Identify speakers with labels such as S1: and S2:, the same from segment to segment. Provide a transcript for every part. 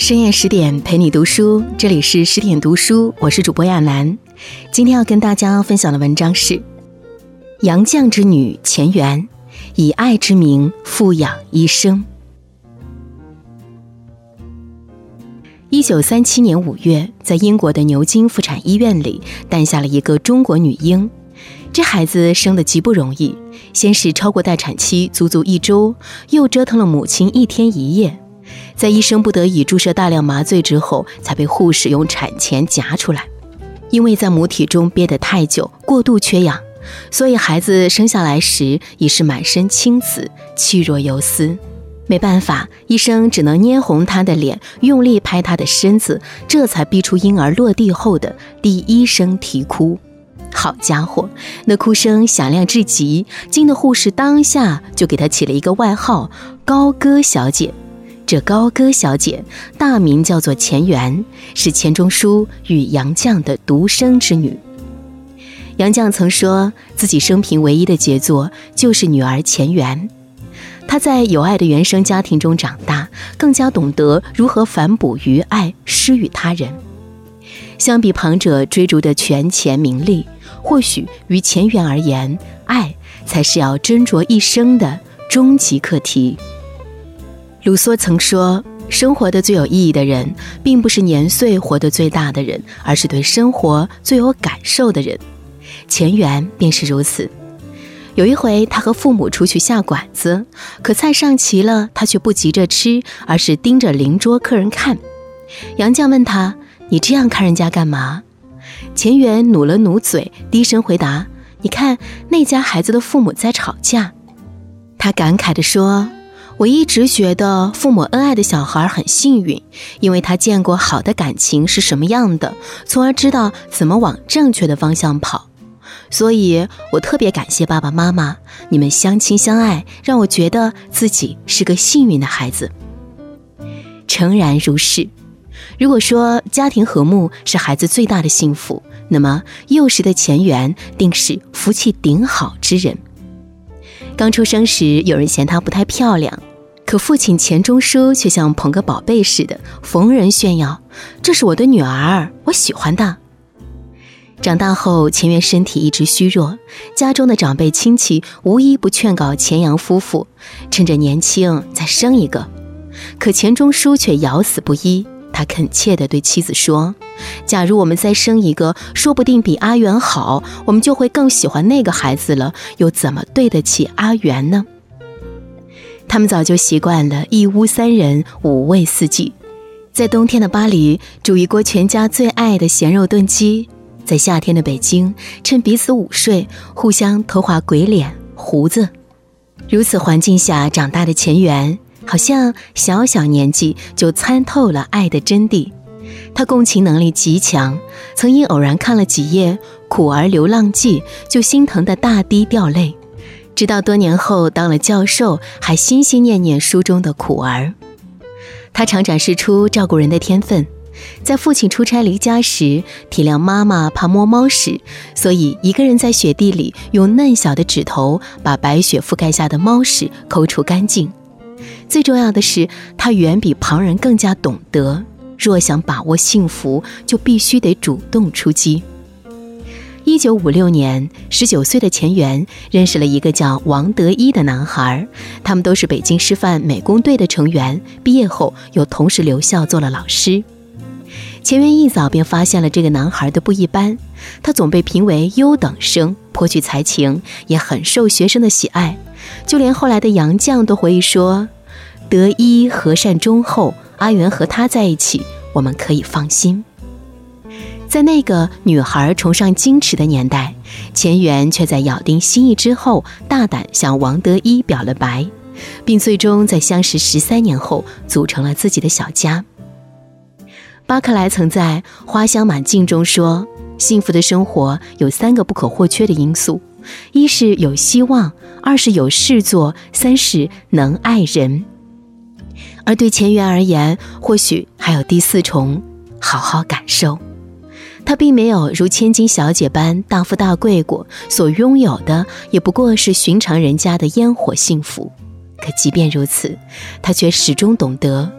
S1: 深夜10点陪你读书，这里是10点读书，我是主播亚楠。今天要跟大家分享的文章是杨绛之女钱媛，以爱之名富养一生。1937年5月，在英国的牛津妇产医院里诞下了一个中国女婴。这孩子生得极不容易，先是超过待产期足足1周，又折腾了母亲1天1夜，在医生不得已注射大量麻醉之后，才被护士用产钳夹出来。因为在母体中憋得太久，过度缺氧，所以孩子生下来时已是满身青紫，气若游丝。没办法，医生只能捏红他的脸，用力拍他的身子，这才逼出婴儿落地后的第1声啼哭。好家伙，那哭声响亮至极，惊的护士当下就给他起了一个外号高歌小姐。这高歌小姐大名叫做钱媛，是钱钟书与杨绛的独生之女。杨绛曾说自己生平唯一的杰作就是女儿钱媛。她在有爱的原生家庭中长大，更加懂得如何反哺于爱，施予他人。相比旁者追逐的权钱名利，或许于钱媛而言，爱才是要斟酌一生的终极课题。卢梭曾说，生活的最有意义的人，并不是年岁活得最大的人，而是对生活最有感受的人。钱媛便是如此。有一回，他和父母出去下馆子，可菜上齐了，他却不急着吃，而是盯着邻桌客人看。杨绛问他，你这样看人家干嘛？钱媛努了努嘴，低声回答，你看那家孩子的父母在吵架。他感慨地说，我一直觉得父母恩爱的小孩很幸运，因为他见过好的感情是什么样的，从而知道怎么往正确的方向跑。所以我特别感谢爸爸妈妈，你们相亲相爱，让我觉得自己是个幸运的孩子。诚然如是。如果说家庭和睦是孩子最大的幸福，那么幼时的钱媛定是福气顶好之人。刚出生时，有人嫌她不太漂亮，可父亲钱钟书却像捧个宝贝似的，逢人炫耀，这是我的女儿，我喜欢她。长大后，钱媛身体一直虚弱，家中的长辈亲戚无一不劝告钱杨夫妇趁着年轻再生一个，可钱钟书却咬死不依。他恳切地对妻子说，假如我们再生一个，说不定比阿元好，我们就会更喜欢那个孩子了，又怎么对得起阿元呢？他们早就习惯了一屋3人5味4季，在冬天的巴黎煮一锅全家最爱的咸肉炖鸡，在夏天的北京趁彼此午睡，互相偷画鬼脸胡子。如此环境下长大的钱媛，好像小小年纪就参透了爱的真谛。他共情能力极强，曾因偶然看了几页《苦儿流浪记》就心疼得大滴掉泪，直到多年后当了教授，还心心念念书中的苦儿。他常展示出照顾人的天分，在父亲出差离家时，体谅妈妈怕摸猫屎，所以一个人在雪地里用嫩小的指头把白雪覆盖下的猫屎抠除干净。最重要的是，他远比旁人更加懂得，若想把握幸福，就必须得主动出击。1956年，19岁的钱媛认识了一个叫王德一的男孩，他们都是北京师范美工队的成员，毕业后又同时留校做了老师。钱媛一早便发现了这个男孩的不一般，他总被评为优等生，颇具才情，也很受学生的喜爱。就连后来的杨绛都回忆说，德一和善忠厚，阿元和他在一起，我们可以放心。在那个女孩崇尚矜持的年代，钱媛却在咬定心意之后，大胆向王德一表了白，并最终在相识13年后组成了自己的小家。巴克莱曾在《花香满径》中说，幸福的生活有3个不可或缺的因素，一是有希望，2是有事做，3是能爱人。而对钱媛而言，或许还有第4重，好好感受。她并没有如千金小姐般大富大贵过，所拥有的也不过是寻常人家的烟火幸福。可即便如此，她却始终懂得，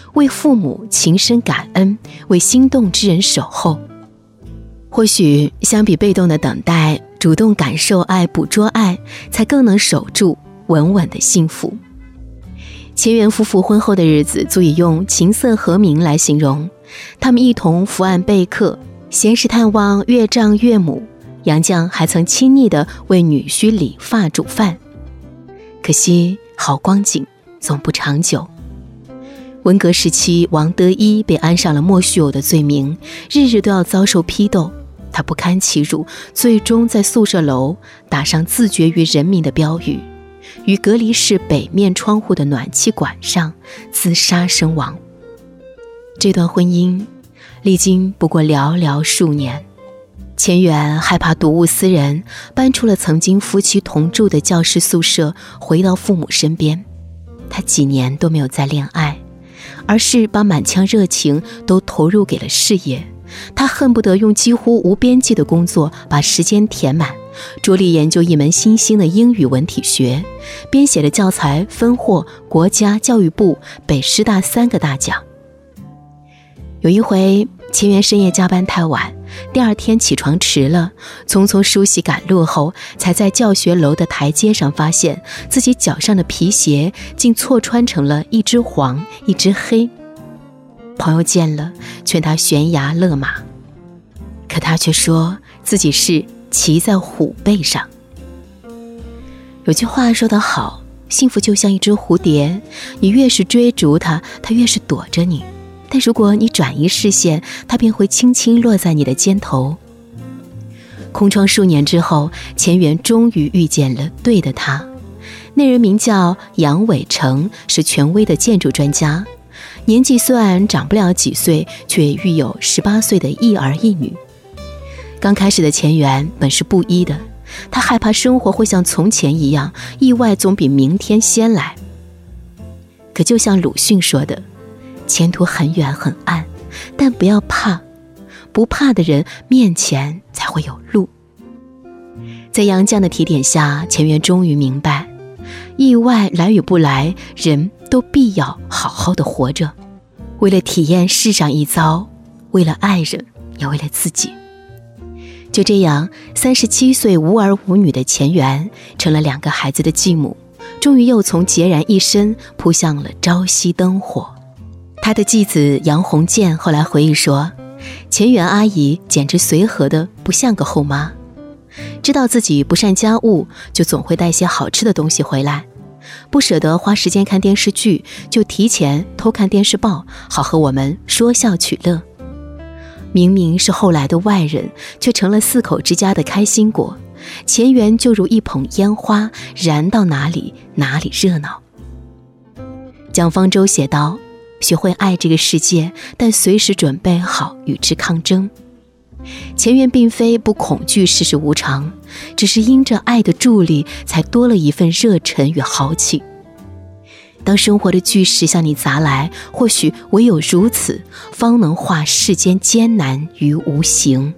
S1: 为父母情深感恩，为心动之人守候。或许相比被动的等待，主动感受爱，捕捉爱，才更能守住稳稳的幸福。钱媛夫妇婚后的日子足以用琴瑟和鸣来形容，他们一同伏案备课，闲时探望岳丈岳母，杨绛还曾亲昵地为女婿理发煮饭。可惜好光景总不长久。文革时期，王德一被安上了莫须有的罪名，日日都要遭受批斗，他不堪其辱，最终在宿舍楼打上自绝于人民的标语，于隔离室北面窗户的暖气管上自杀身亡。这段婚姻历经不过寥寥数年，钱媛害怕睹物思人，搬出了曾经夫妻同住的教师宿舍，回到父母身边。他几年都没有再恋爱，而是把满腔热情都投入给了事业。他恨不得用几乎无边际的工作把时间填满，着力研究一门新兴的英语文体学，编写的教材分获国家教育部、北师大3个大奖。有一回，钱媛深夜加班太晚，第二天起床迟了，匆匆梳洗赶路后，才在教学楼的台阶上发现自己脚上的皮鞋竟错穿成了一只黄一只黑。朋友见了，劝他悬崖勒马，可他却说自己是骑在虎背上。有句话说得好，幸福就像一只蝴蝶，你越是追逐它，它越是躲着你，但如果你转移视线，它便会轻轻落在你的肩头。空窗数年之后，钱媛终于遇见了对的他。那人名叫杨伟成，是权威的建筑专家，年纪虽然长不了几岁，却育有18岁的一儿一女。刚开始的钱媛本是不依的，她害怕生活会像从前一样，意外总比明天先来。可就像鲁迅说的，前途很远很暗，但不要怕，不怕的人面前才会有路。在杨绛的提点下，钱媛终于明白，意外来与不来，人都必要好好的活着，为了体验世上一遭，为了爱人，也为了自己。就这样，37岁无儿无女的钱媛成了2个孩子的继母，终于又从孑然一身扑向了朝夕灯火。她的继子杨鸿渐后来回忆说，钱媛阿姨简直随和的不像个后妈，知道自己不善家务，就总会带些好吃的东西回来，不舍得花时间看电视剧，就提前偷看电视报，好和我们说笑取乐。明明是后来的外人，却成了4口之家的开心果。钱媛就如一捧烟花，燃到哪里哪里热闹。蒋方舟写道，学会爱这个世界，但随时准备好与之抗争。钱媛并非不恐惧世事无常，只是因着爱的助力，才多了一份热忱与豪气。当生活的巨石向你砸来，或许唯有如此，方能化世间艰难于无形。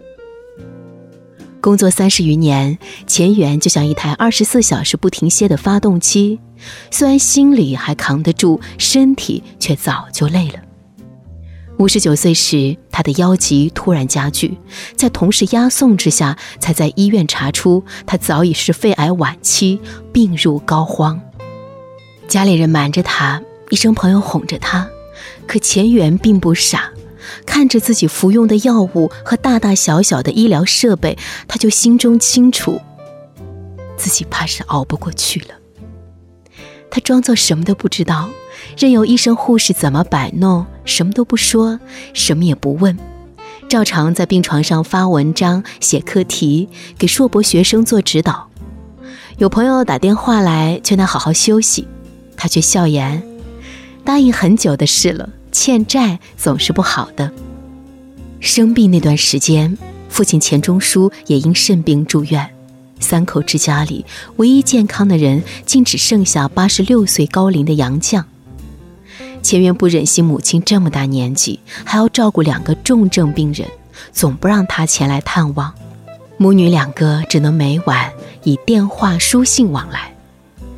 S1: 工作30余年，钱媛就像一台24小时不停歇的发动机，虽然心里还扛得住，身体却早就累了。59岁时，他的腰疾突然加剧，在同事押送之下，才在医院查出他早已是肺癌晚期，病入膏肓。家里人瞒着他，医生朋友哄着他，可钱媛并不傻，看着自己服用的药物和大大小小的医疗设备，他就心中清楚，自己怕是熬不过去了。他装作什么都不知道，任由医生护士怎么摆弄，什么都不说，什么也不问，照常在病床上发文章、写课题，给硕博学生做指导。有朋友打电话来劝他好好休息，他却笑言，答应很久的事了，欠债总是不好的。生病那段时间，父亲钱钟书也因肾病住院，3口之家里唯一健康的人，竟只剩下86岁高龄的杨绛。钱媛不忍心母亲这么大年纪还要照顾2个重症病人，总不让他前来探望，母女2个只能每晚以电话书信往来。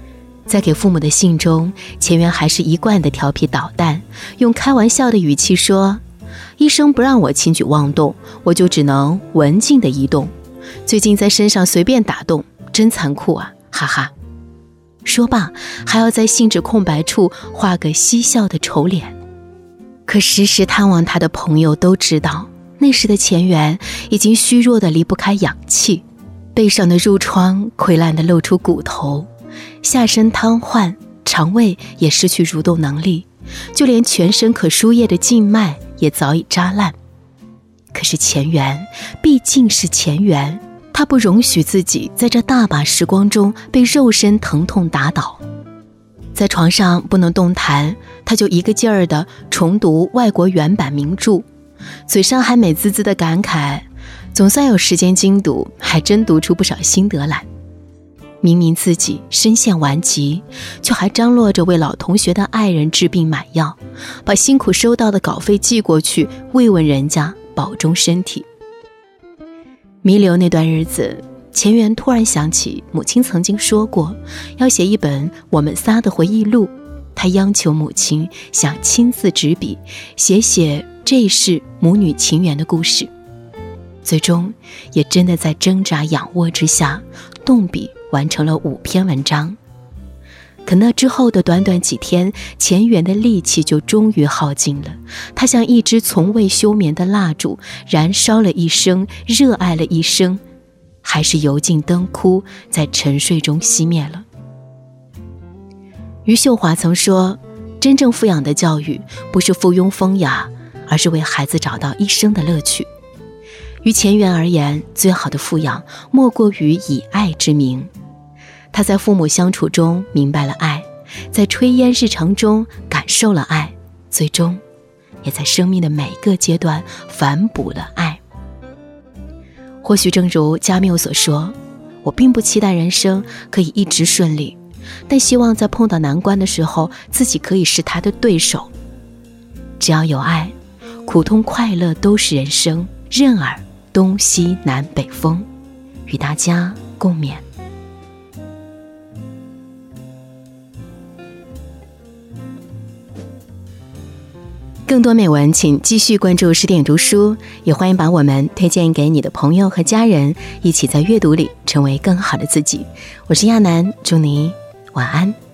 S1: 在给父母的信中，钱媛还是一贯的调皮捣蛋，用开玩笑的语气说，医生不让我轻举妄动，我就只能文静的移动，最近在身上随便打洞，真残酷啊，哈哈。说罢，还要在信纸空白处画个嬉笑的丑脸。可时时探望他的朋友都知道，那时的钱媛已经虚弱的离不开氧气，背上的褥疮溃烂的露出骨头，下身瘫痪，肠胃也失去蠕动能力，就连全身可输液的静脉也早已扎烂。可是钱媛毕竟是钱媛，她不容许自己在这大把时光中被肉身疼痛打倒。在床上不能动弹，她就一个劲儿地重读外国原版名著，嘴上还美滋滋地感慨，总算有时间精读，还真读出不少心得来。明明自己身陷顽疾，却还张罗着为老同学的爱人治病买药，把辛苦收到的稿费寄过去，慰问人家保重身体。弥留那段日子，钱媛突然想起母亲曾经说过要写一本我们仨的回忆录，她央求母亲想亲自执笔写这世母女情缘的故事。最终也真的在挣扎仰卧之下动笔完成了5篇文章。可那之后的短短几天，钱媛的力气就终于耗尽了，她像一支从未休眠的蜡烛，燃烧了一生，热爱了一生，还是油尽灯枯，在沉睡中熄灭了。余秀华曾说，真正富养的教育不是附庸风雅，而是为孩子找到一生的乐趣。于钱媛而言，最好的富养莫过于以爱之名。她在父母相处中明白了爱，在炊烟日常中感受了爱，最终也在生命的每个阶段反哺了爱。或许正如加缪所说，我并不期待人生可以一直顺利，但希望在碰到难关的时候，自己可以是他的对手。只要有爱，苦痛快乐都是人生，任尔东西南北风，与大家共勉。更多美文请继续关注10点读书，也欢迎把我们推荐给你的朋友和家人，一起在阅读里成为更好的自己。我是亚楠，祝你晚安。